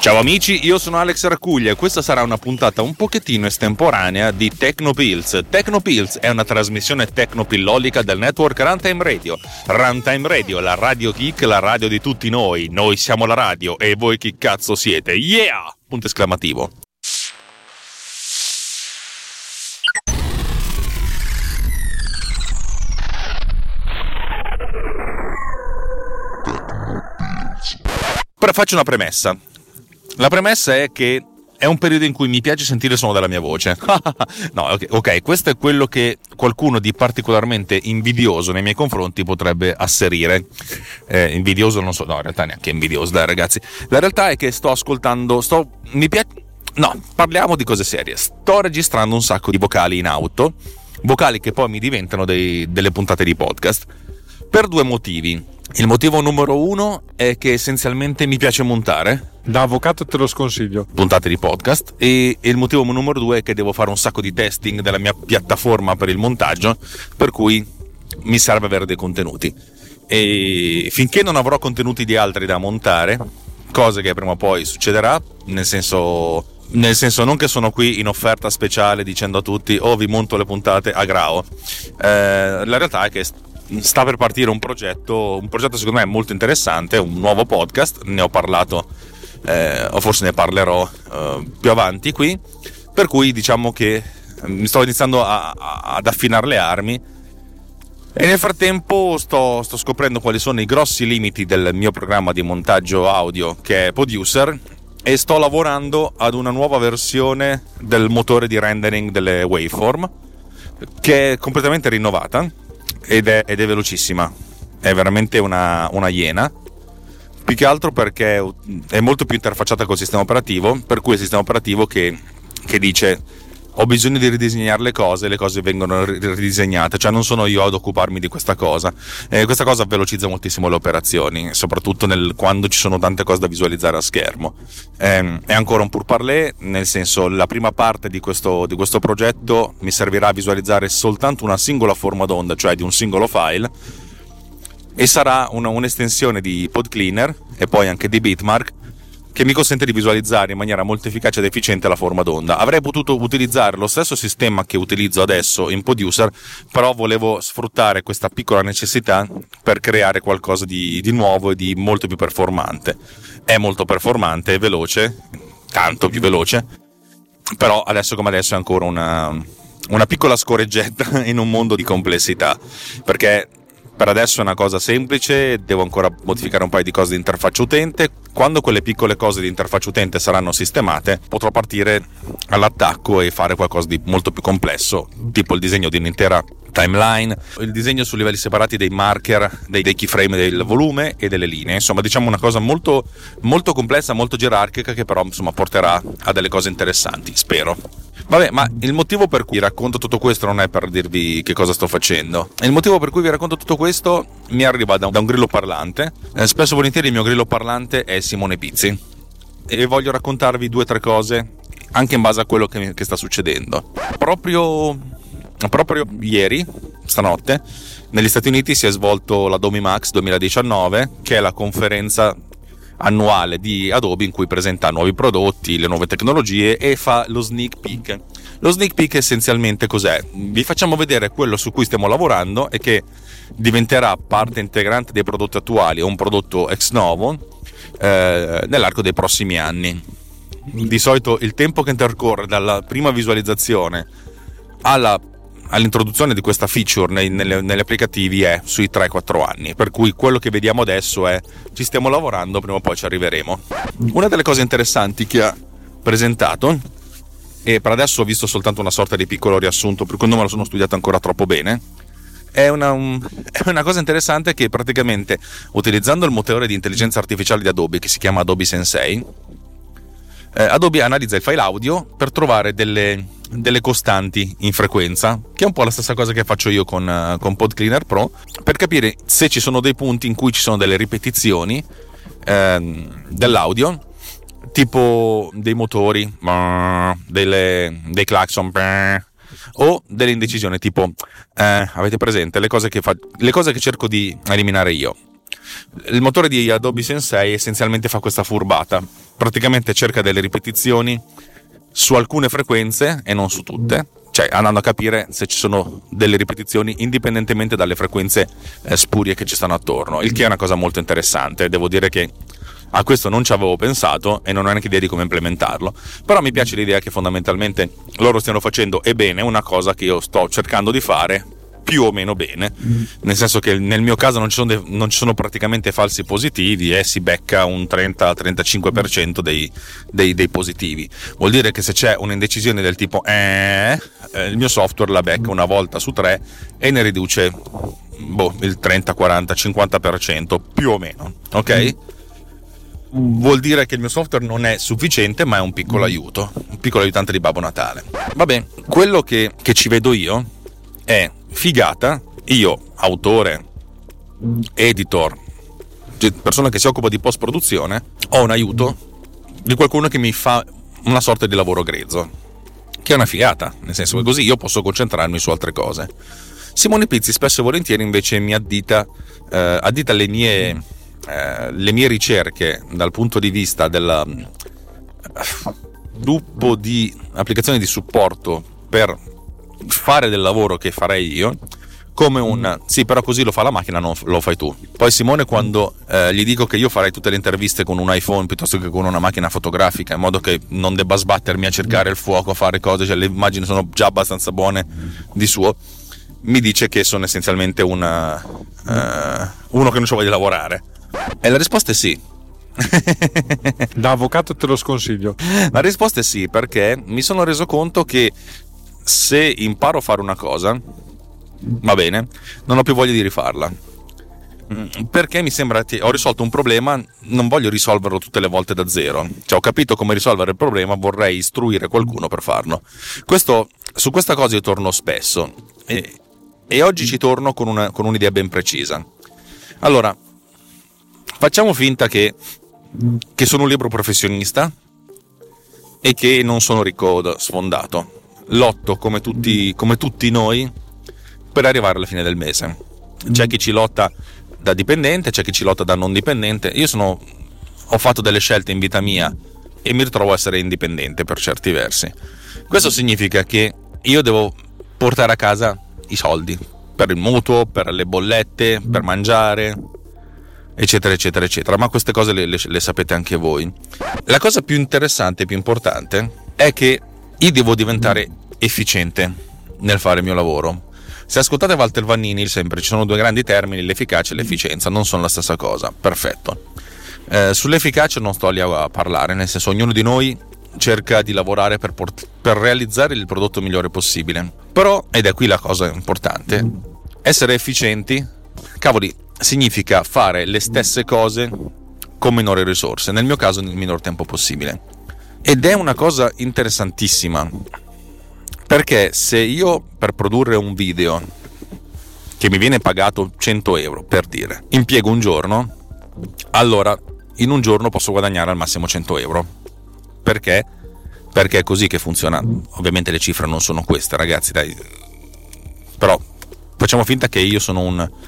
Ciao amici, io sono Alex Racuglia e questa sarà una puntata un pochettino estemporanea di Tecnopills. Tecnopills è una trasmissione tecnopillolica del network Runtime Radio. Runtime Radio, la radio geek, la radio di tutti noi. Noi siamo la radio e voi chi cazzo siete? Yeah! Punto esclamativo. Però faccio una premessa. La premessa è che è un periodo in cui mi piace sentire il suono della mia voce. No, ok, questo è quello che qualcuno di particolarmente invidioso nei miei confronti potrebbe asserire. Invidioso non so, no, in realtà neanche invidioso, dai ragazzi. La realtà è che sto ascoltando, parliamo di cose serie. Sto registrando un sacco di vocali in auto, vocali che poi mi diventano delle puntate di podcast, per due motivi. Il motivo numero uno è che essenzialmente mi piace montare. Da avvocato te lo sconsiglio. Puntate di podcast. E il motivo numero due è che devo fare un sacco di testing della mia piattaforma per il montaggio, per cui mi serve avere dei contenuti. E finché non avrò contenuti di altri da montare, cosa che prima o poi succederà, nel senso non che sono qui in offerta speciale dicendo a tutti vi monto le puntate a grao. La realtà è che sta per partire un progetto secondo me molto interessante, un nuovo podcast. Ne ho parlato o forse ne parlerò più avanti qui, per cui diciamo che mi sto iniziando ad affinare le armi e nel frattempo sto scoprendo quali sono i grossi limiti del mio programma di montaggio audio che è Producer, e sto lavorando ad una nuova versione del motore di rendering delle waveform che è completamente rinnovata ed è velocissima, è veramente una iena, più che altro perché è molto più interfacciata col sistema operativo, per cui è il sistema operativo che dice ho bisogno di ridisegnare le cose vengono ridisegnate, cioè non sono io ad occuparmi di questa cosa. Questa cosa velocizza moltissimo le operazioni, soprattutto quando ci sono tante cose da visualizzare a schermo. È ancora un pourparlers, nel senso la prima parte di questo progetto mi servirà a visualizzare soltanto una singola forma d'onda, cioè di un singolo file, e sarà un'estensione di PodCleaner e poi anche di Bitmark che mi consente di visualizzare in maniera molto efficace ed efficiente la forma d'onda. Avrei potuto utilizzare lo stesso sistema che utilizzo adesso in Producer, però volevo sfruttare questa piccola necessità per creare qualcosa di nuovo e di molto più performante. È molto performante, è veloce, tanto più veloce, però adesso come adesso è ancora una piccola scorreggetta in un mondo di complessità, perché per adesso è una cosa semplice, devo ancora modificare un paio di cose di interfaccia utente. Quando quelle piccole cose di interfaccia utente saranno sistemate, potrò partire all'attacco e fare qualcosa di molto più complesso, tipo il disegno di un'intera timeline, il disegno su livelli separati dei marker, dei keyframe del volume e delle linee. Insomma, diciamo una cosa molto, molto complessa, molto gerarchica, che però insomma porterà a delle cose interessanti, spero. Vabbè, ma il motivo per cui racconto tutto questo non è per dirvi che cosa sto facendo. Il motivo per cui vi racconto tutto questo mi arriva da un grillo parlante. Spesso e volentieri il mio grillo parlante è Simone Pizzi, e voglio raccontarvi 2 o 3 cose anche in base a quello che sta succedendo. Proprio ieri, stanotte, negli Stati Uniti si è svolto l'Adobe Max 2019, che è la conferenza annuale di Adobe in cui presenta nuovi prodotti, le nuove tecnologie e fa lo sneak peek. Lo sneak peek essenzialmente cos'è? Vi facciamo vedere quello su cui stiamo lavorando e che diventerà parte integrante dei prodotti attuali o un prodotto ex novo nell'arco dei prossimi anni. Di solito il tempo che intercorre dalla prima visualizzazione all'introduzione di questa feature negli applicativi è sui 3-4 anni, per cui quello che vediamo adesso ci stiamo lavorando, prima o poi ci arriveremo. Una delle cose interessanti che ha presentato, e per adesso ho visto soltanto una sorta di piccolo riassunto, per cui non me lo sono studiato ancora troppo bene, è una cosa interessante che praticamente, utilizzando il motore di intelligenza artificiale di Adobe che si chiama Adobe Sensei, Adobe analizza il file audio per trovare delle costanti in frequenza, che è un po' la stessa cosa che faccio io con PodCleaner Pro, per capire se ci sono dei punti in cui ci sono delle ripetizioni dell'audio, tipo dei motori, dei clacson, o delle indecisioni tipo avete presente le cose che cerco di eliminare io, Il motore di Adobe Sensei essenzialmente fa questa furbata, praticamente cerca delle ripetizioni su alcune frequenze e non su tutte, cioè andando a capire se ci sono delle ripetizioni indipendentemente dalle frequenze spurie che ci stanno attorno, il che è una cosa molto interessante. Devo dire che a questo non ci avevo pensato e non ho neanche idea di come implementarlo, però mi piace l'idea che fondamentalmente loro stiano facendo e bene una cosa che io sto cercando di fare più o meno bene, nel senso che nel mio caso non ci sono praticamente falsi positivi e si becca un 30-35% dei positivi. Vuol dire che se c'è un'indecisione del tipo il mio software la becca una volta su 3 e ne riduce il 30, 40, 50% più o meno, ok? Vuol dire che il mio software non è sufficiente, ma è un piccolo aiuto, un piccolo aiutante di Babbo Natale. Vabbè, quello che ci vedo io è figata. Io, autore, editor, persona che si occupa di post produzione, ho un aiuto di qualcuno che mi fa una sorta di lavoro grezzo, che è una figata, nel senso che così io posso concentrarmi su altre cose. Simone Pizzi spesso e volentieri invece mi addita le mie ricerche dal punto di vista del gruppo di applicazioni di supporto per fare del lavoro che farei io come sì, però così lo fa la macchina, non lo fai tu. Poi Simone, quando gli dico che io farei tutte le interviste con un iPhone piuttosto che con una macchina fotografica, in modo che non debba sbattermi a cercare il fuoco, a fare cose, cioè le immagini sono già abbastanza buone di suo, mi dice che sono essenzialmente uno che non ci voglia lavorare. E la risposta è sì. Da avvocato te lo sconsiglio. La risposta è sì, perché mi sono reso conto che se imparo a fare una cosa, va bene, non ho più voglia di rifarla, perché mi sembra che ho risolto un problema, non voglio risolverlo tutte le volte da zero. Cioè, ho capito come risolvere il problema, vorrei istruire qualcuno per farlo. Su questa cosa io torno spesso e oggi ci torno con un'idea ben precisa. Allora, facciamo finta che sono un libero professionista e che non sono ricco sfondato. Lotto come tutti noi per arrivare alla fine del mese. C'è chi ci lotta da dipendente, c'è chi ci lotta da non dipendente. Io ho fatto delle scelte in vita mia e mi ritrovo a essere indipendente per certi versi. Questo significa che io devo portare a casa i soldi per il mutuo, per le bollette, per mangiare, eccetera eccetera eccetera, ma queste cose le sapete anche voi. La cosa più interessante e più importante è che io devo diventare efficiente nel fare il mio lavoro. Se ascoltate Walter Vannini, sempre ci sono due grandi termini, l'efficacia e l'efficienza, non sono la stessa cosa. Perfetto. Sull'efficacia non sto lì a parlare, nel senso, ognuno di noi cerca di lavorare per realizzare il prodotto migliore possibile. Però, ed è qui la cosa importante, essere efficienti, cavoli, significa fare le stesse cose con minori risorse, nel mio caso nel minor tempo possibile. Ed è una cosa interessantissima, perché se io per produrre un video che mi viene pagato 100 euro, per dire, impiego un giorno, allora in un giorno posso guadagnare al massimo 100 euro. Perché? Perché è così che funziona. Ovviamente le cifre non sono queste, ragazzi, dai. Però facciamo finta che io sono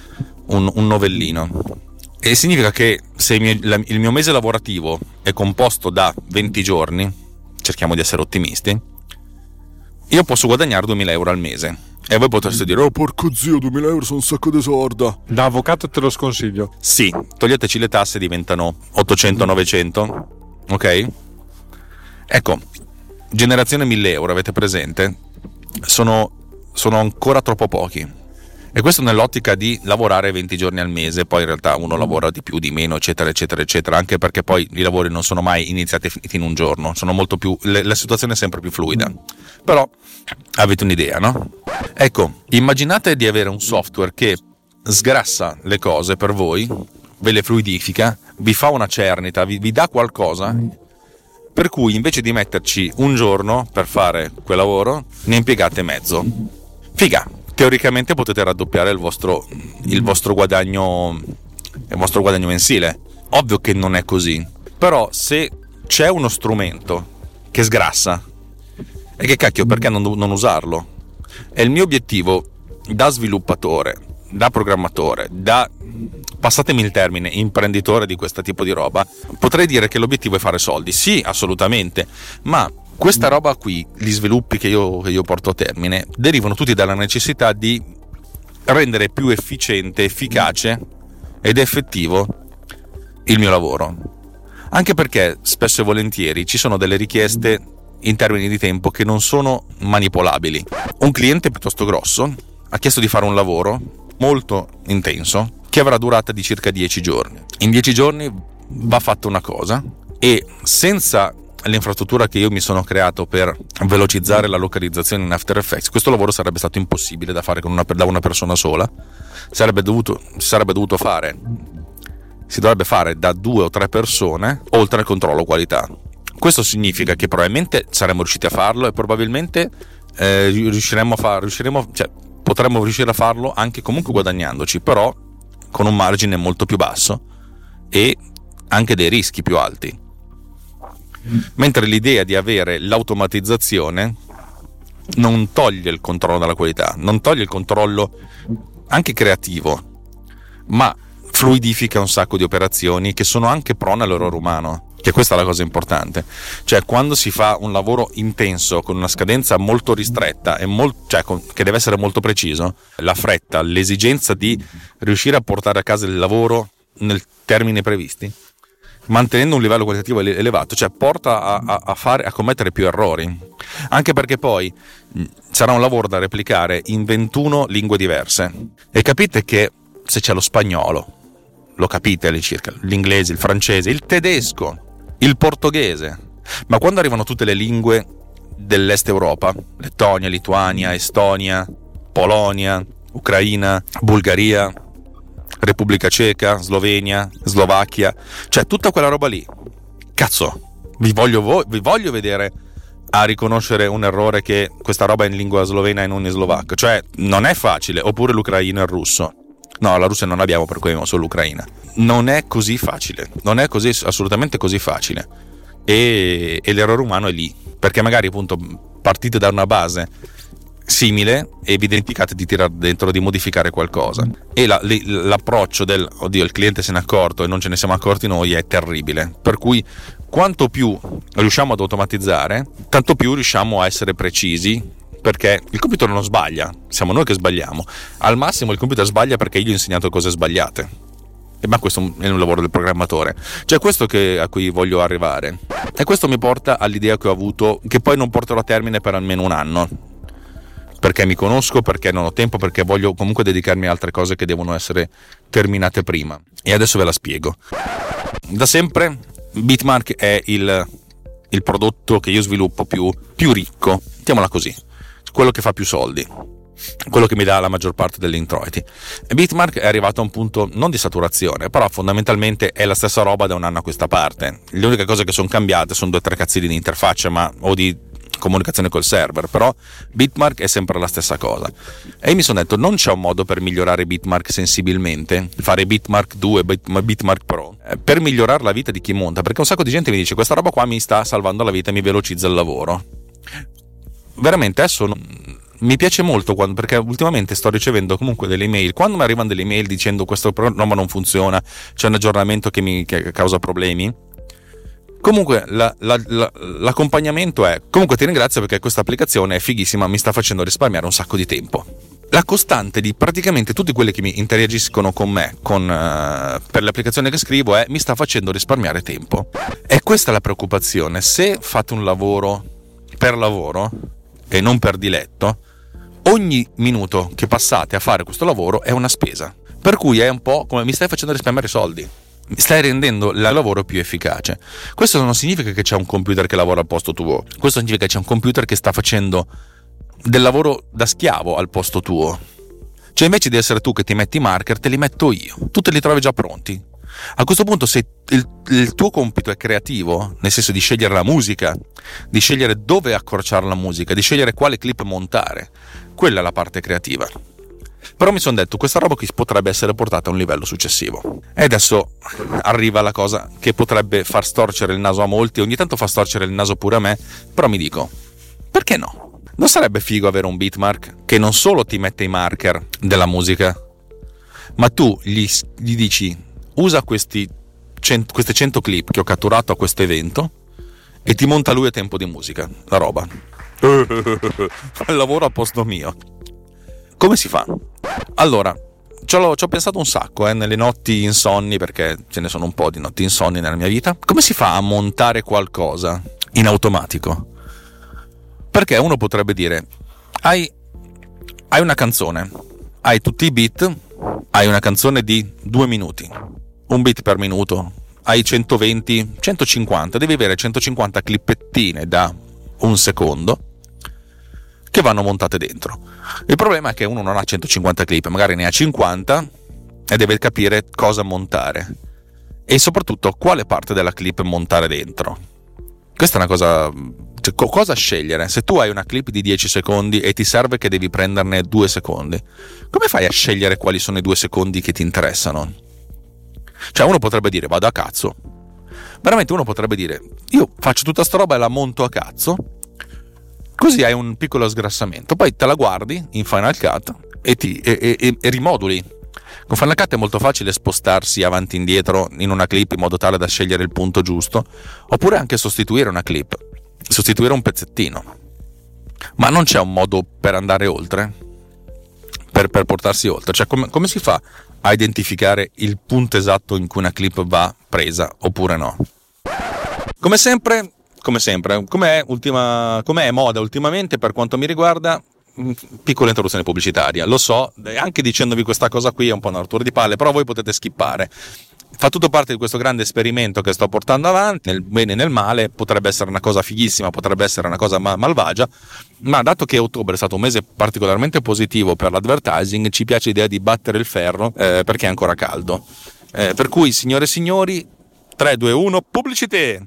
un novellino. E significa che se il mio mese lavorativo è composto da 20 giorni, cerchiamo di essere ottimisti, io posso guadagnare 2.000 euro al mese. E voi potreste dire: oh porco zio, 2.000 euro sono un sacco di sorda. Da avvocato te lo sconsiglio. Sì, toglieteci le tasse, diventano 800-900, ok? Ecco, generazione 1.000 euro, avete presente? Sono ancora troppo pochi. E questo nell'ottica di lavorare 20 giorni al mese. Poi in realtà uno lavora di più, di meno, eccetera eccetera eccetera, anche perché poi i lavori non sono mai iniziati e finiti in un giorno, sono molto più, la situazione è sempre più fluida. Però avete un'idea, no? Ecco, immaginate di avere un software che sgrassa le cose per voi, ve le fluidifica, vi fa una cernita, vi dà qualcosa, per cui invece di metterci un giorno per fare quel lavoro, ne impiegate mezzo. Figa! Teoricamente potete raddoppiare il vostro guadagno mensile. Ovvio che non è così, però se c'è uno strumento che sgrassa, e che cacchio, perché non usarlo? E il mio obiettivo da sviluppatore da programmatore, da, passatemi il termine, imprenditore di questo tipo di roba, potrei dire che l'obiettivo è fare soldi. Sì, assolutamente, ma questa roba qui, gli sviluppi che io porto a termine, derivano tutti dalla necessità di rendere più efficiente, efficace ed effettivo il mio lavoro. Anche perché spesso e volentieri ci sono delle richieste in termini di tempo che non sono manipolabili. Un cliente piuttosto grosso ha chiesto di fare un lavoro molto intenso che avrà durata di circa 10 giorni. In 10 giorni va fatta una cosa, e senza l'infrastruttura che io mi sono creato per velocizzare la localizzazione in After Effects, questo lavoro sarebbe stato impossibile da fare da una persona sola. Si dovrebbe fare da 2 o 3 persone, oltre al controllo qualità. Questo significa che probabilmente saremmo riusciti a farlo, e probabilmente potremmo riuscire a farlo anche comunque guadagnandoci, però con un margine molto più basso e anche dei rischi più alti. Mentre l'idea di avere l'automatizzazione non toglie il controllo della qualità, non toglie il controllo anche creativo, ma fluidifica un sacco di operazioni che sono anche prone all'errore umano, che questa è la cosa importante. Cioè, quando si fa un lavoro intenso con una scadenza molto ristretta e che deve essere molto preciso, la fretta, l'esigenza di riuscire a portare a casa il lavoro nel termine previsti, mantenendo un livello qualitativo elevato, cioè porta a commettere più errori, anche perché poi sarà un lavoro da replicare in 21 lingue diverse, e capite che se c'è lo spagnolo, lo capite all'incirca, l'inglese, il francese, il tedesco, il portoghese, ma quando arrivano tutte le lingue dell'est Europa, Lettonia, Lituania, Estonia, Polonia, Ucraina, Bulgaria, Repubblica Ceca, Slovenia, Slovacchia, cioè tutta quella roba lì, cazzo, vi voglio vedere a riconoscere un errore che questa roba è in lingua slovena e non in slovacco. Cioè non è facile. Oppure l'ucraino e il russo. No, la Russia non l'abbiamo, per cui abbiamo solo l'Ucraina. Non è così facile, non è così, assolutamente così facile, e l'errore umano è lì, perché magari appunto partite da una base simile e vi identificate di tirare dentro, di modificare qualcosa, e l'approccio del oddio, il cliente se n'è accorto e non ce ne siamo accorti noi è terribile. Per cui quanto più riusciamo ad automatizzare, tanto più riusciamo a essere precisi, perché il computer non sbaglia, siamo noi che sbagliamo. Al massimo il computer sbaglia perché io gli ho insegnato cose sbagliate, ma questo è un lavoro del programmatore. Cioè, questo a cui voglio arrivare, e questo mi porta all'idea che ho avuto, che poi non porterò a termine per almeno un anno, perché mi conosco, perché non ho tempo, perché voglio comunque dedicarmi a altre cose che devono essere terminate prima, e adesso ve la spiego. Da sempre Bitmark è il prodotto che io sviluppo più ricco, mettiamola così, quello che fa più soldi, quello che mi dà la maggior parte delle introiti. E Bitmark è arrivato a un punto non di saturazione, però fondamentalmente è la stessa roba da un anno a questa parte. Le uniche cose che sono cambiate sono 2 o 3 cazzini di interfaccia o di comunicazione col server, però Bitmark è sempre la stessa cosa. E mi sono detto, non c'è un modo per migliorare Bitmark sensibilmente, fare Bitmark 2, Bitmark Pro, per migliorare la vita di chi monta, perché un sacco di gente mi dice questa roba qua mi sta salvando la vita e mi velocizza il lavoro. Veramente adesso mi piace molto, perché ultimamente sto ricevendo comunque delle email. Quando mi arrivano delle email dicendo questo programma non funziona, c'è un aggiornamento che causa problemi, comunque l'accompagnamento è: comunque ti ringrazio perché questa applicazione è fighissima, mi sta facendo risparmiare un sacco di tempo. La costante di praticamente tutti quelli che mi interagiscono con me per le applicazioni che scrivo è: mi sta facendo risparmiare tempo. E questa è la preoccupazione. Se fate un lavoro per lavoro e non per diletto, ogni minuto che passate a fare questo lavoro è una spesa, per cui è un po' come mi stai facendo risparmiare soldi, mi stai rendendo il lavoro più efficace. Questo non significa che c'è un computer che lavora al posto tuo, questo significa che c'è un computer che sta facendo del lavoro da schiavo al posto tuo. Cioè, invece di essere tu che ti metti i marker, te li metto io, tu te li trovi già pronti. A questo punto, se il tuo compito è creativo, nel senso di scegliere la musica, di scegliere dove accorciare la musica, di scegliere quale clip montare, quella è la parte creativa. Però mi sono detto, questa roba qui potrebbe essere portata a un livello successivo. E adesso arriva la cosa che potrebbe far storcere il naso a molti, ogni tanto fa storcere il naso pure a me, però mi dico, perché no? Non sarebbe figo avere un Bitmark che non solo ti mette i marker della musica, ma tu gli dici usa queste 100 clip che ho catturato a questo evento e ti monta lui a tempo di musica la roba. Fa il lavoro a posto mio. Come si fa? Allora, ci ho pensato un sacco nelle notti insonni, perché ce ne sono un po' di notti insonni nella mia vita. Come si fa a montare qualcosa in automatico? Perché uno potrebbe dire hai una canzone, hai tutti i beat, hai una canzone di 2 minuti, un beat per minuto, hai 120, 150, devi avere 150 clippettine da 1 secondo che vanno montate dentro. Il problema è che uno non ha 150 clip, magari ne ha 50 e deve capire cosa montare e soprattutto quale parte della clip montare dentro. Questa è una cosa, cioè, cosa scegliere? Se tu hai una clip di 10 secondi e ti serve che devi prenderne 2 secondi, come fai a scegliere quali sono i 2 secondi che ti interessano? Cioè uno potrebbe dire vado a cazzo, veramente uno potrebbe dire io faccio tutta sta roba e la monto a cazzo, così hai un piccolo sgrassamento, poi te la guardi in Final Cut e rimoduli. Con Final Cut è molto facile spostarsi avanti e indietro in una clip in modo tale da scegliere il punto giusto, oppure anche sostituire una clip, sostituire un pezzettino. Ma non c'è un modo per andare oltre, per portarsi oltre. Cioè come si fa a identificare il punto esatto in cui una clip va presa oppure no? Come sempre, come è moda ultimamente per quanto mi riguarda, piccola introduzione pubblicitaria. Lo so, anche dicendovi questa cosa qui è un po' una rottura di palle, però voi potete skippare. Fa tutto parte di questo grande esperimento che sto portando avanti, nel bene e nel male. Potrebbe essere una cosa fighissima, potrebbe essere una cosa malvagia, ma dato che ottobre è stato un mese particolarmente positivo per l'advertising, ci piace l'idea di battere il ferro perché è ancora caldo. Per cui, signore e signori, 3, 2, 1, pubblicità!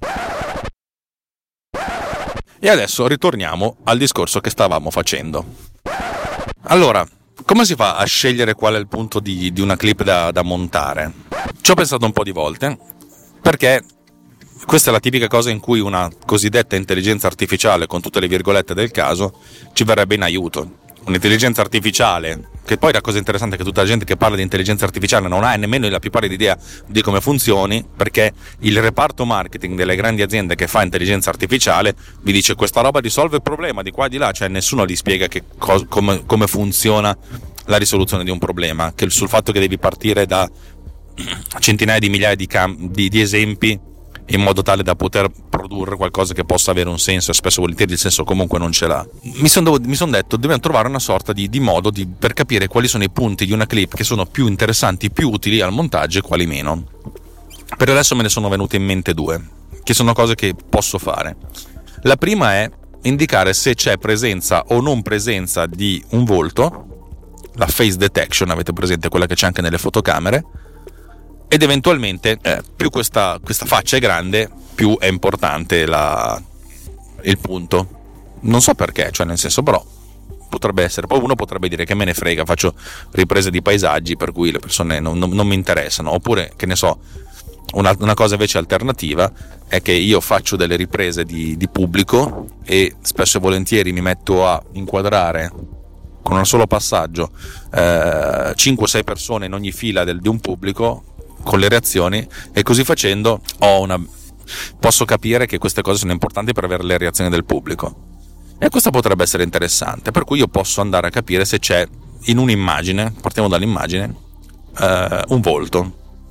E adesso ritorniamo al discorso che stavamo facendo. Allora, come si fa a scegliere qual è il punto di una clip da montare? Ci ho pensato un po' di volte, perché questa è la tipica cosa in cui una cosiddetta intelligenza artificiale, con tutte le virgolette del caso, ci verrebbe in aiuto. Un'intelligenza artificiale, che poi la cosa interessante è che tutta la gente che parla di intelligenza artificiale non ha nemmeno la più pallida idea di come funzioni, perché il reparto marketing delle grandi aziende che fa intelligenza artificiale vi dice questa roba risolve il problema di qua e di là, cioè nessuno gli spiega come funziona la risoluzione di un problema, che sul fatto che devi partire da centinaia di migliaia di esempi in modo tale da poter produrre qualcosa che possa avere un senso, e spesso volentieri il senso comunque non ce l'ha. Mi son detto dobbiamo trovare una sorta di modo per capire quali sono i punti di una clip che sono più interessanti, più utili al montaggio e quali meno. Per adesso me ne sono venute in mente 2, che sono cose che posso fare. La prima è indicare se c'è presenza o non presenza di un volto, la face detection, avete presente quella che c'è anche nelle fotocamere, ed eventualmente più questa faccia è grande, più è importante il punto. Non so perché, cioè nel senso, però potrebbe essere. Poi uno potrebbe dire che me ne frega, faccio riprese di paesaggi per cui le persone non mi interessano, oppure che ne so, una cosa invece alternativa è che io faccio delle riprese di pubblico e spesso e volentieri mi metto a inquadrare con un solo passaggio 5-6 persone in ogni fila di un pubblico con le reazioni, e così facendo posso capire che queste cose sono importanti per avere le reazioni del pubblico, e questo potrebbe essere interessante, per cui io posso andare a capire se c'è in un'immagine, partiamo dall'immagine, un volto,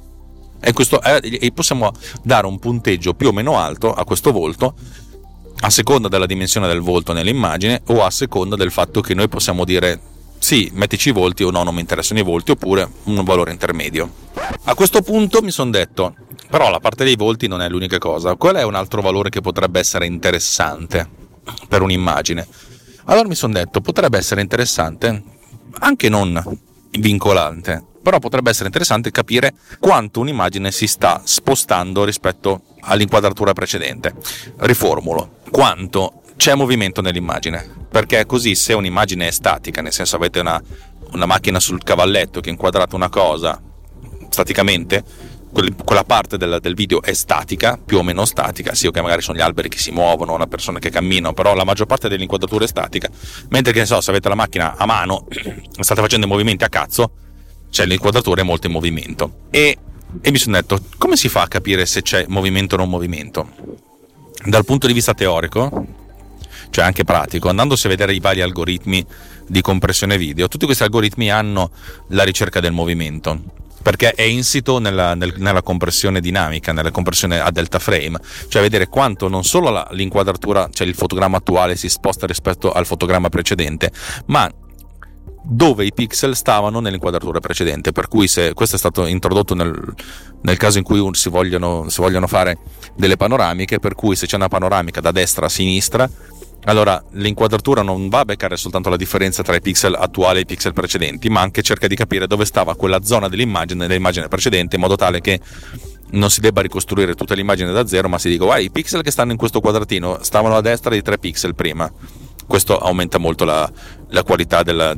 e possiamo dare un punteggio più o meno alto a questo volto a seconda della dimensione del volto nell'immagine, o a seconda del fatto che noi possiamo dire sì, mettici i volti, o no, non mi interessano i volti, oppure un valore intermedio. A questo punto mi sono detto, però la parte dei volti non è l'unica cosa. Qual è un altro valore che potrebbe essere interessante per un'immagine? Allora mi sono detto, potrebbe essere interessante, anche non vincolante, però potrebbe essere interessante capire quanto un'immagine si sta spostando rispetto all'inquadratura precedente. Riformulo, quanto c'è movimento nell'immagine, perché così se un'immagine è statica, nel senso avete una macchina sul cavalletto che inquadrate una cosa staticamente, quella parte del video è statica, più o meno statica, sì, ok, magari sono gli alberi che si muovono, una persona che cammina, però la maggior parte dell'inquadratura è statica, mentre che ne so, se avete la macchina a mano state facendo i movimenti a cazzo, cioè l'inquadratura è molto in movimento. E mi sono detto, come si fa a capire se c'è movimento o non movimento? Dal punto di vista teorico, cioè anche pratico, andandosi a vedere i vari algoritmi di compressione video, tutti questi algoritmi hanno la ricerca del movimento, perché è insito nella compressione dinamica, nella compressione a delta frame, cioè vedere quanto non solo l'inquadratura, cioè il fotogramma attuale si sposta rispetto al fotogramma precedente, ma dove i pixel stavano nell'inquadratura precedente. Per cui, se questo è stato introdotto nel caso in cui si vogliono fare delle panoramiche, per cui se c'è una panoramica da destra a sinistra, allora l'inquadratura non va a beccare soltanto la differenza tra i pixel attuali e i pixel precedenti, ma anche cerca di capire dove stava quella zona dell'immagine precedente, in modo tale che non si debba ricostruire tutta l'immagine da zero, ma si dica i pixel che stanno in questo quadratino stavano a destra di 3 pixel prima. Questo aumenta molto la qualità della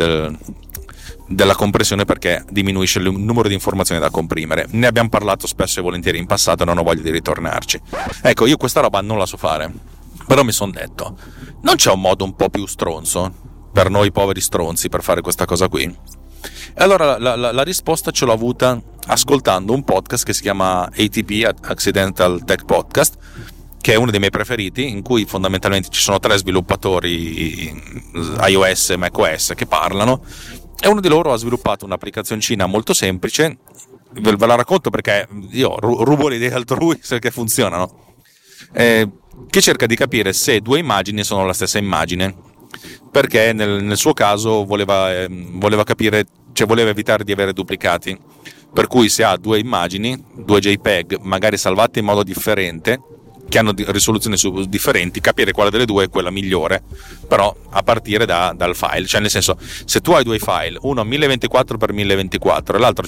compressione, perché diminuisce il numero di informazioni da comprimere. Ne abbiamo parlato spesso e volentieri in passato e non ho voglia di ritornarci. Ecco, io questa roba non la so fare, però mi sono detto, non c'è un modo un po' più stronzo per noi poveri stronzi per fare questa cosa qui? E allora la risposta ce l'ho avuta ascoltando un podcast che si chiama ATP, Accidental Tech Podcast, che è uno dei miei preferiti, in cui fondamentalmente ci sono 3 sviluppatori iOS e macOS che parlano, e uno di loro ha sviluppato un'applicazioncina molto semplice. Ve la racconto perché io rubo le idee altrui che funzionano, che cerca di capire se 2 immagini sono la stessa immagine, perché nel suo caso voleva capire, cioè voleva evitare di avere duplicati, per cui se ha 2 immagini, 2 JPEG magari salvate in modo differente, che hanno risoluzioni differenti, capire quale delle 2 è quella migliore, però a partire dal file. Cioè, nel senso, se tu hai 2 file, uno 1024x1024 e l'altro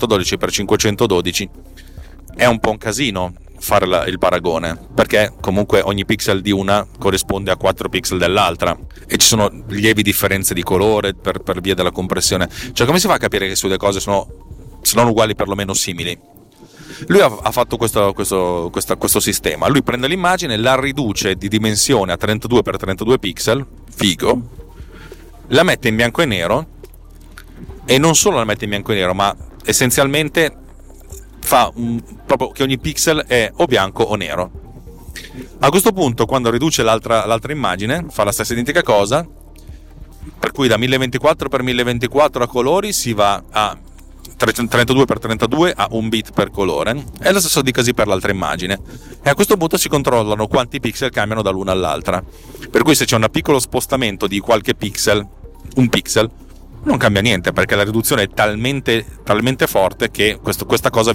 512x512, è un po' un casino fare il paragone, perché comunque ogni pixel di una corrisponde a 4 pixel dell'altra e ci sono lievi differenze di colore per via della compressione. Cioè, come si fa a capire che queste 2 cose sono uguali, perlomeno simili? Lui ha fatto questo sistema. Lui prende l'immagine, la riduce di dimensione a 32x32 pixel, figo, la mette in bianco e nero, e non solo la mette in bianco e nero, ma essenzialmente fa proprio che ogni pixel è o bianco o nero. A questo punto, quando riduce l'altra immagine, fa la stessa identica cosa, per cui da 1024x1024 a colori si va a 32x32 a 1 bit per colore, e lo stesso dicasi per l'altra immagine, e a questo punto si controllano quanti pixel cambiano dall'una all'altra, per cui se c'è un piccolo spostamento di qualche pixel, un pixel, non cambia niente, perché la riduzione è talmente forte che questa cosa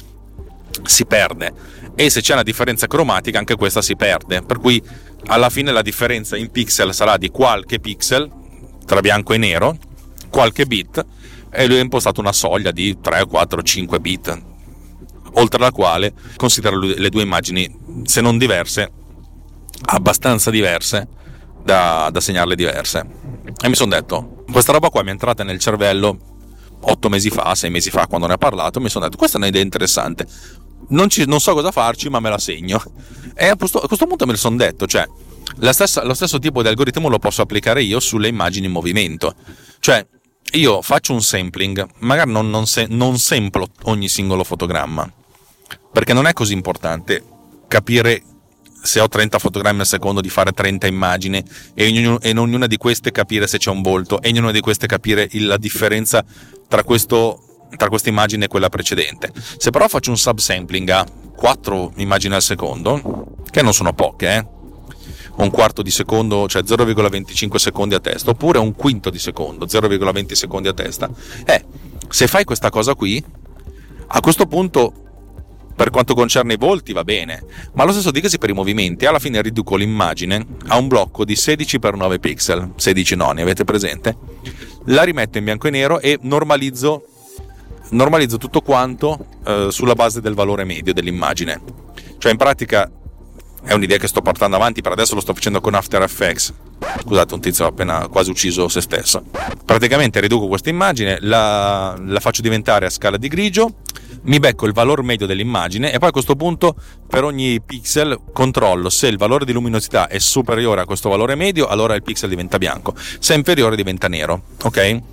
si perde, e se c'è una differenza cromatica anche questa si perde, per cui alla fine la differenza in pixel sarà di qualche pixel tra bianco e nero, qualche bit, e lui ha impostato una soglia di 3, 4, 5 bit, oltre la quale considera le 2 immagini, se non diverse, abbastanza diverse da segnarle diverse. E mi sono detto, questa roba qua mi è entrata nel cervello 8 mesi fa, 6 mesi fa, quando ne ho parlato. Mi sono detto, questa è un'idea interessante, non so cosa farci, ma me la segno. E a questo punto me lo sono detto, cioè lo stesso tipo di algoritmo lo posso applicare io sulle immagini in movimento. Cioè, io faccio un sampling, magari non samplo ogni singolo fotogramma, perché non è così importante capire se ho 30 fotogrammi al secondo di fare 30 immagini e in ognuna di queste capire se c'è un volto, e in ognuna di queste capire la differenza tra questa immagine e quella precedente. Se però faccio un subsampling a 4 immagini al secondo, che non sono poche, un quarto di secondo, cioè 0,25 secondi a testa, oppure un quinto di secondo, 0,20 secondi a testa, se fai questa cosa qui, a questo punto, per quanto concerne i volti va bene, ma lo stesso dicasi per i movimenti. Alla fine riduco l'immagine a un blocco di 16x9 pixel, 16 noni, avete presente? La rimetto in bianco e nero e normalizzo tutto quanto sulla base del valore medio dell'immagine. Cioè, in pratica, è un'idea che sto portando avanti, per adesso lo sto facendo con After Effects. Scusate, un tizio ha appena quasi ucciso se stesso. Praticamente riduco questa immagine, la faccio diventare a scala di grigio, mi becco il valore medio dell'immagine, e poi a questo punto per ogni pixel controllo se il valore di luminosità è superiore a questo valore medio, allora il pixel diventa bianco, se è inferiore diventa nero, ok?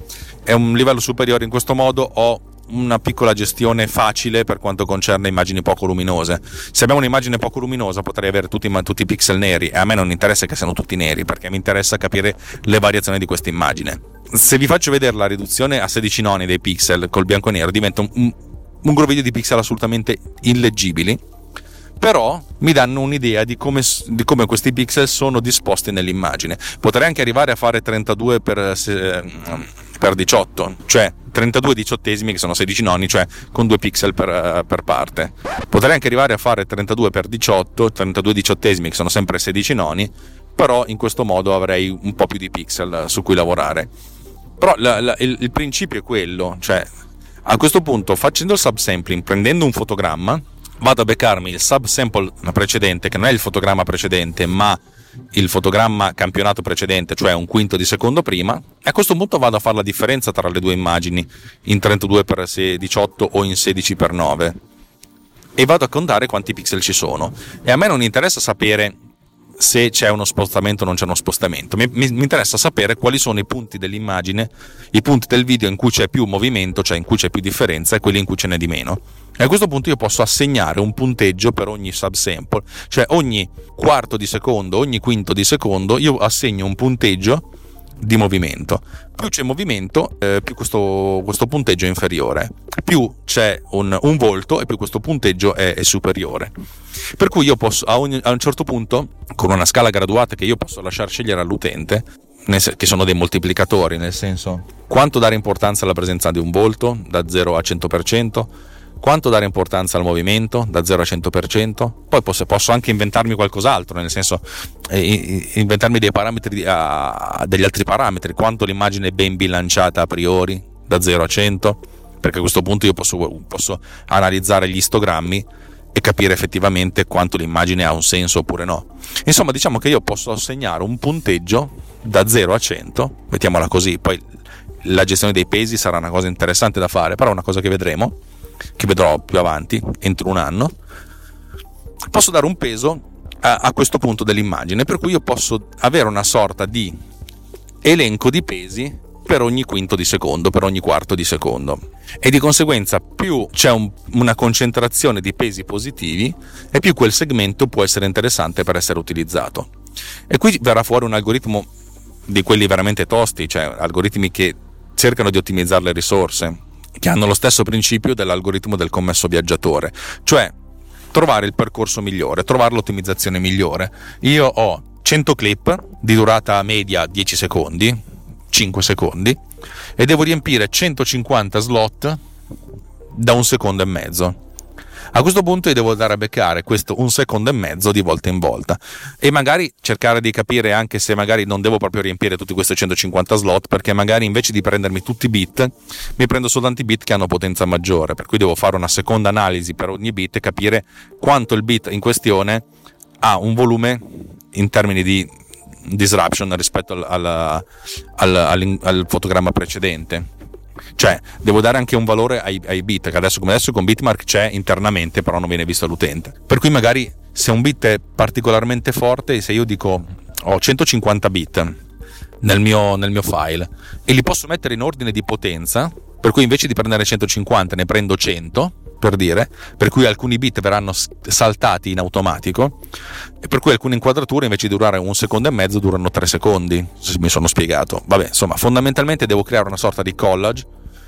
è un livello superiore. In questo modo ho una piccola gestione facile per quanto concerne immagini poco luminose. Se abbiamo un'immagine poco luminosa potrei avere tutti i pixel neri, e a me non interessa che siano tutti neri, perché mi interessa capire le variazioni di questa immagine. Se vi faccio vedere la riduzione a 16 noni dei pixel col bianco e nero, diventa un groviglio di pixel assolutamente illeggibili, però mi danno un'idea di come questi pixel sono disposti nell'immagine. Potrei anche arrivare a fare 32 per 18, cioè 32 diciottesimi, che sono 16 noni, cioè con 2 pixel per parte. Potrei anche arrivare a fare 32 per 18, 32 diciottesimi, che sono sempre 16 noni, però in questo modo avrei un po' più di pixel su cui lavorare. Però il principio è quello, cioè a questo punto, facendo il subsampling, prendendo un fotogramma, vado a beccarmi il subsample precedente, che non è il fotogramma precedente ma il fotogramma campionato precedente, cioè un quinto di secondo prima, e a questo punto vado a fare la differenza tra le due immagini in 32x18 o in 16x9 e vado a contare quanti pixel ci sono. E a me non interessa sapere se c'è uno spostamento o non c'è uno spostamento, mi interessa sapere quali sono i punti dell'immagine, i punti del video in cui c'è più movimento, cioè in cui c'è più differenza, e quelli in cui ce n'è di meno. E a questo punto io posso assegnare un punteggio per ogni subsample, cioè ogni quarto di secondo, ogni quinto di secondo io assegno un punteggio di movimento. Più c'è movimento, più questo punteggio è inferiore, più c'è un volto e più questo punteggio è superiore. Per cui io posso a un certo punto, con una scala graduata che io posso lasciare scegliere all'utente, che sono dei moltiplicatori, nel senso quanto dare importanza alla presenza di un volto da 0 a 100%, quanto dare importanza al movimento da 0 a 100%, poi posso anche inventarmi qualcos'altro, nel senso inventarmi dei parametri, degli altri parametri, quanto l'immagine è ben bilanciata a priori da 0 a 100, perché a questo punto io posso analizzare gli istogrammi e capire effettivamente quanto l'immagine ha un senso oppure no. Insomma, diciamo che io posso assegnare un punteggio da 0 a 100, mettiamola così. Poi la gestione dei pesi sarà una cosa interessante da fare, però è una cosa che vedrò più avanti, entro un anno. Posso dare un peso a questo punto dell'immagine, per cui io posso avere una sorta di elenco di pesi per ogni quinto di secondo, per ogni quarto di secondo, e di conseguenza più c'è una concentrazione di pesi positivi e più quel segmento può essere interessante per essere utilizzato. E qui verrà fuori un algoritmo di quelli veramente tosti, cioè algoritmi che cercano di ottimizzare le risorse, che hanno lo stesso principio dell'algoritmo del commesso viaggiatore, cioè trovare il percorso migliore, trovare l'ottimizzazione migliore. Io ho 100 clip di durata media 10 secondi, 5 secondi, e devo riempire 150 slot da 1 secondo e mezzo. A questo punto io devo andare a beccare questo 1 secondo e mezzo di volta in volta e magari cercare di capire anche se magari non devo proprio riempire tutti questi 150 slot, perché magari invece di prendermi tutti i bit mi prendo soltanto i bit che hanno potenza maggiore, per cui devo fare una seconda analisi per ogni bit e capire quanto il bit in questione ha un volume in termini di disruption rispetto al fotogramma precedente. Cioè devo dare anche un valore ai bit, che adesso come adesso con Bitmark c'è internamente, però non viene visto all'utente. Per cui magari se un bit è particolarmente forte, se io dico ho 150 bit nel mio file e li posso mettere in ordine di potenza, per cui invece di prendere 150 ne prendo 100, per dire, per cui alcuni bit verranno saltati in automatico e per cui alcune inquadrature invece di durare 1 secondo e mezzo durano 3 secondi, se mi sono spiegato. Vabbè, insomma, fondamentalmente devo creare una sorta di collage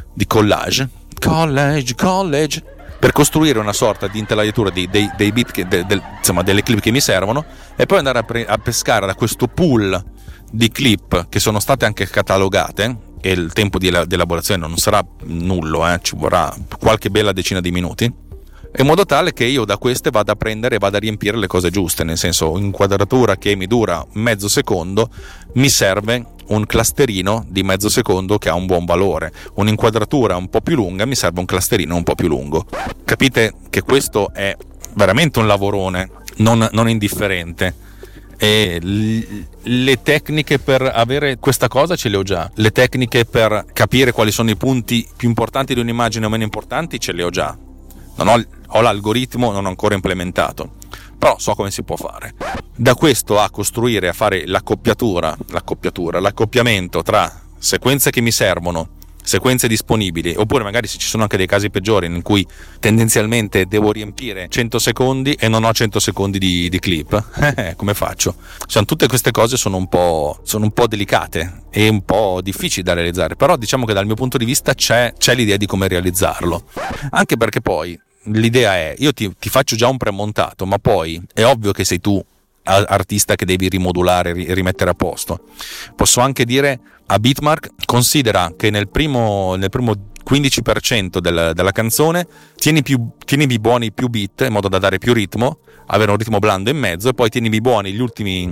per costruire una sorta di intelaiatura dei bit insomma delle clip che mi servono, e poi andare a pescare da questo pool di clip che sono state anche catalogate, e il tempo di elaborazione non sarà nullo, ci vorrà qualche bella decina di minuti, in modo tale che io da queste vada a prendere e vada a riempire le cose giuste, nel senso inquadratura che mi dura mezzo secondo mi serve un clusterino di mezzo secondo che ha un buon valore, un'inquadratura un po' più lunga mi serve un clusterino un po' più lungo. Capite che questo è veramente un lavorone non indifferente. E le tecniche per avere questa cosa ce le ho già, le tecniche per capire quali sono i punti più importanti di un'immagine o meno importanti ce le ho già. Ho l'algoritmo, non ho ancora implementato, però so come si può fare. Da questo a costruire, a fare l'accoppiamento tra sequenze che mi servono, sequenze disponibili, oppure magari se ci sono anche dei casi peggiori in cui tendenzialmente devo riempire 100 secondi e non ho 100 secondi di clip, come faccio? Cioè, tutte queste cose sono un po' delicate e un po' difficili da realizzare, però diciamo che dal mio punto di vista c'è l'idea di come realizzarlo, anche perché poi l'idea è, io ti faccio già un premontato, ma poi è ovvio che sei tu artista che devi rimodulare, rimettere a posto. Posso anche dire a Beatmark, considera che nel primo 15% della canzone tieni buoni più beat in modo da dare più ritmo, avere un ritmo blando in mezzo, e poi tieni buoni gli ultimi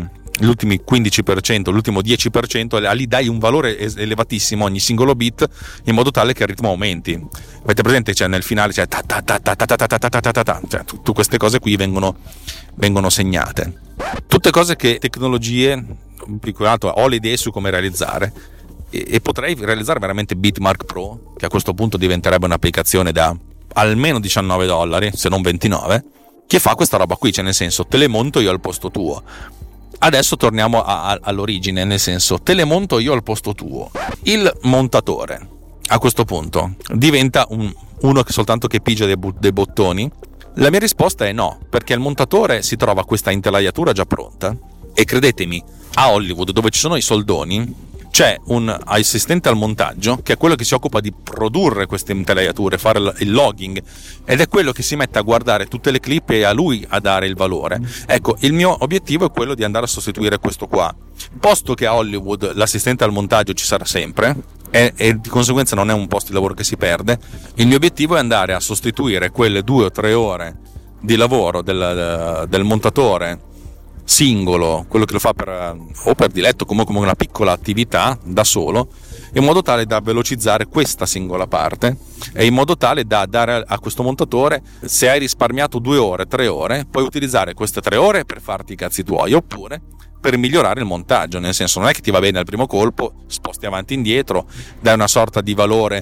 15%, l'ultimo 10%, lì dai un valore elevatissimo a ogni singolo beat in modo tale che il ritmo aumenti. Avete presente? Cioè nel finale c'è ta ta ta ta ta ta ta ta ta ta ta, cioè tutte queste cose qui vengono segnate. Tutte cose che tecnologie, ho le idee su come realizzare, e potrei realizzare veramente Beatmark Pro, che a questo punto diventerebbe un'applicazione da almeno $19, se non 29, che fa questa roba qui, cioè nel senso te le monto io al posto tuo. Adesso torniamo all'origine, nel senso te le monto io al posto tuo. Il montatore a questo punto diventa uno che soltanto che pigia dei bottoni? La mia risposta è no, perché il montatore si trova questa intelaiatura già pronta, e credetemi, a Hollywood, dove ci sono i soldoni, c'è un assistente al montaggio che è quello che si occupa di produrre queste intelaiature, fare il logging, ed è quello che si mette a guardare tutte le clip e a lui a dare il valore. Ecco, il mio obiettivo è quello di andare a sostituire questo qua, posto che a Hollywood l'assistente al montaggio ci sarà sempre e di conseguenza non è un posto di lavoro che si perde. Il mio obiettivo è andare a sostituire quelle 2 o 3 ore di lavoro del montatore singolo, quello che lo fa per diletto, comunque come una piccola attività da solo, in modo tale da velocizzare questa singola parte, e in modo tale da dare a questo montatore, se hai risparmiato 2 ore, 3 ore, puoi utilizzare queste 3 ore per farti i cazzi tuoi, oppure per migliorare il montaggio, nel senso non è che ti va bene al primo colpo, sposti avanti e indietro, dai una sorta di valore,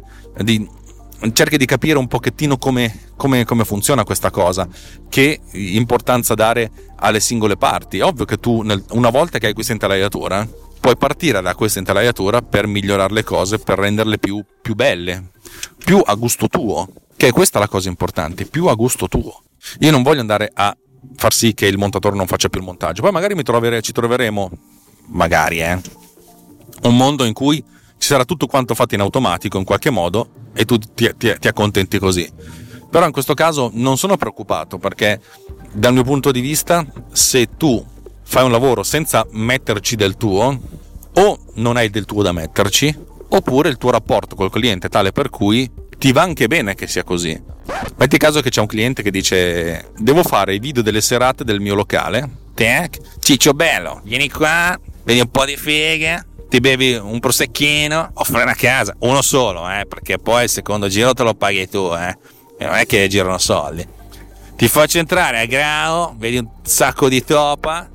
cerchi di capire un pochettino come funziona questa cosa, che importanza dare alle singole parti. È ovvio che tu una volta che hai questa intelaiatura puoi partire da questa intelaiatura per migliorare le cose, per renderle più belle, più a gusto tuo, che è questa la cosa importante, più a gusto tuo. Io non voglio andare a far sì che il montatore non faccia più il montaggio, poi magari ci troveremo un mondo in cui ci sarà tutto quanto fatto in automatico in qualche modo e tu ti accontenti così. Però in questo caso non sono preoccupato, perché dal mio punto di vista, se tu fai un lavoro senza metterci del tuo, o non hai del tuo da metterci, oppure il tuo rapporto col cliente è tale per cui ti va anche bene che sia così. Metti caso che c'è un cliente che dice: devo fare i video delle serate del mio locale, Ciccio bello, vieni qua, vedi un po' di fighe, ti bevi un prosecchino, offri una casa, uno solo, perché poi il secondo giro te lo paghi tu, e non è che girano soldi. Ti faccio entrare a Grao, vedi un sacco di topa,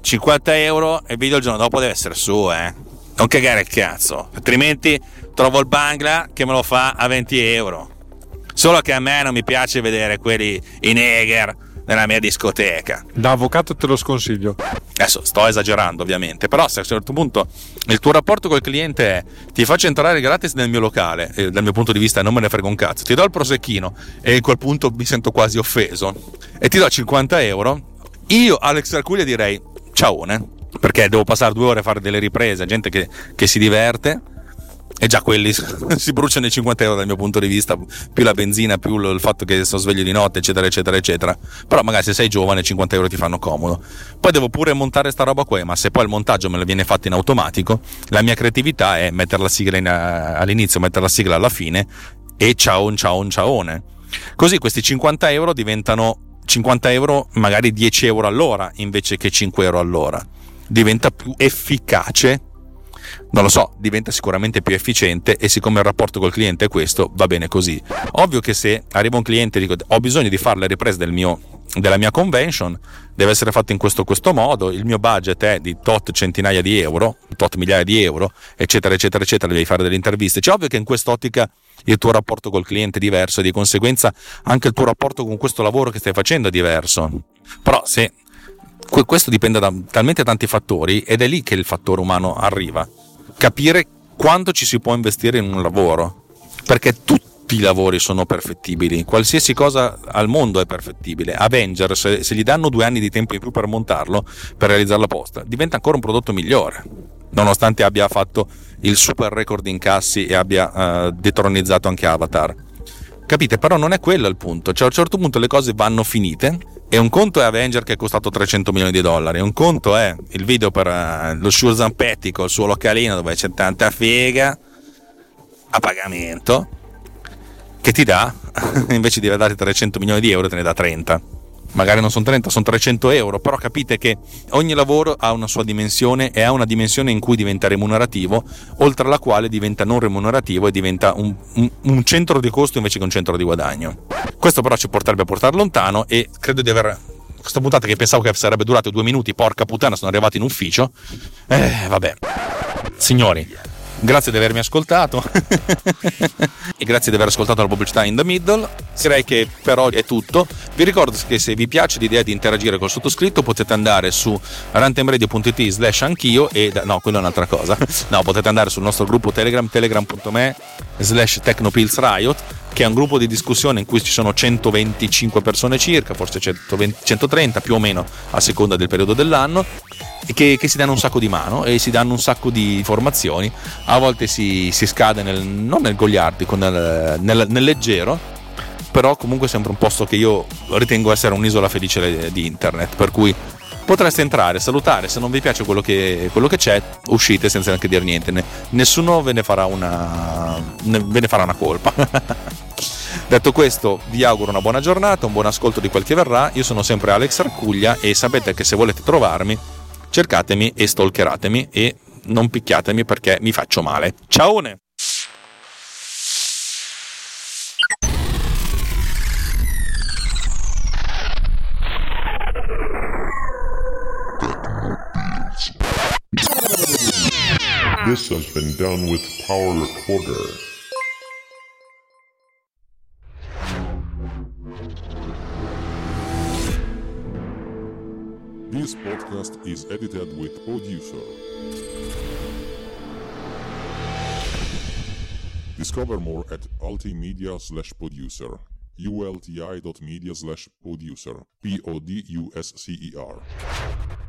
50 euro, e il video il giorno dopo deve essere su, non cagare il cazzo, altrimenti trovo il Bangla che me lo fa a 20 euro. Solo che a me non mi piace vedere i neger nella mia discoteca. Da avvocato te lo sconsiglio. Adesso sto esagerando ovviamente, però se a un certo punto il tuo rapporto col cliente è: ti faccio entrare gratis nel mio locale, e dal mio punto di vista non me ne frega un cazzo, ti do il prosecchino, e a quel punto mi sento quasi offeso, e ti do 50 euro, io Alex Arcuglia direi ciaone, perché devo passare 2 ore a fare delle riprese, gente che si diverte, e già quelli si bruciano i 50 euro dal mio punto di vista, più la benzina, più il fatto che sono sveglio di notte, eccetera eccetera eccetera. Però magari se sei giovane 50 euro ti fanno comodo. Poi devo pure montare sta roba qua, ma se poi il montaggio me lo viene fatto in automatico, la mia creatività è mettere la sigla all'inizio, mettere la sigla alla fine, e ciaone. Così questi 50 euro diventano 50 euro, magari 10 euro all'ora invece che 5 euro all'ora. Diventa più efficace, non lo so, diventa sicuramente più efficiente, e siccome il rapporto col cliente è questo, va bene così. Ovvio che se arriva un cliente e dico: ho bisogno di fare le riprese della mia convention, deve essere fatto in questo modo, il mio budget è di tot centinaia di euro, tot migliaia di euro, eccetera eccetera eccetera, devi fare delle interviste. C'è ovvio che in quest'ottica il tuo rapporto col cliente è diverso, e di conseguenza anche il tuo rapporto con questo lavoro che stai facendo è diverso. Però se questo dipende da talmente tanti fattori, ed è lì che il fattore umano arriva. Capire quanto ci si può investire in un lavoro, perché tutti i lavori sono perfettibili, qualsiasi cosa al mondo è perfettibile. Avengers, se gli danno 2 anni di tempo in più per montarlo, per realizzare la posta, diventa ancora un prodotto migliore, nonostante abbia fatto il super record di incassi e abbia detronizzato anche Avatar. Capite? Però non è quello il punto. Cioè, a un certo punto le cose vanno finite, e un conto è Avenger che è costato $300 milioni, un conto è il video per lo Shure Zampetti col suo localino dove c'è tanta figa a pagamento, che ti dà, invece di darti $300 milioni, te ne dà 30. Magari non sono 30, sono €300, però capite che ogni lavoro ha una sua dimensione, e ha una dimensione in cui diventa remunerativo, oltre alla quale diventa non remunerativo e diventa un centro di costo invece che un centro di guadagno. Questo però ci potrebbe portare lontano, e credo di aver... Questa puntata che pensavo che sarebbe durata 2 minuti, porca puttana, sono arrivato in ufficio. Vabbè. Signori, grazie di avermi ascoltato e grazie di aver ascoltato la pubblicità in the middle. Direi che però è tutto. Vi ricordo che se vi piace l'idea di interagire col sottoscritto, potete andare su rantemradio.it/anch'io e no, quella è un'altra cosa. No, potete andare sul nostro gruppo Telegram, telegram.me/technopillsriot, che è un gruppo di discussione in cui ci sono 125 persone circa, forse 130 più o meno a seconda del periodo dell'anno, che si danno un sacco di mano e si danno un sacco di informazioni. A volte si scade non nel goliardico, nel leggero, però comunque è sempre un posto che io ritengo essere un'isola felice di internet, per cui potreste entrare, salutare. Se non vi piace quello che c'è, uscite senza neanche dire niente, nessuno ve ne farà una colpa. Detto questo, vi auguro una buona giornata, un buon ascolto di quel che verrà. Io sono sempre Alex Arcuglia, e sapete che se volete trovarmi, cercatemi e stalkeratemi, e non picchiatemi perché mi faccio male. Ciaone! This has been done with Power Recorder. This podcast is edited with Producer. Discover more at ultimedia/producer. ulti.media/producer. PODUSCER.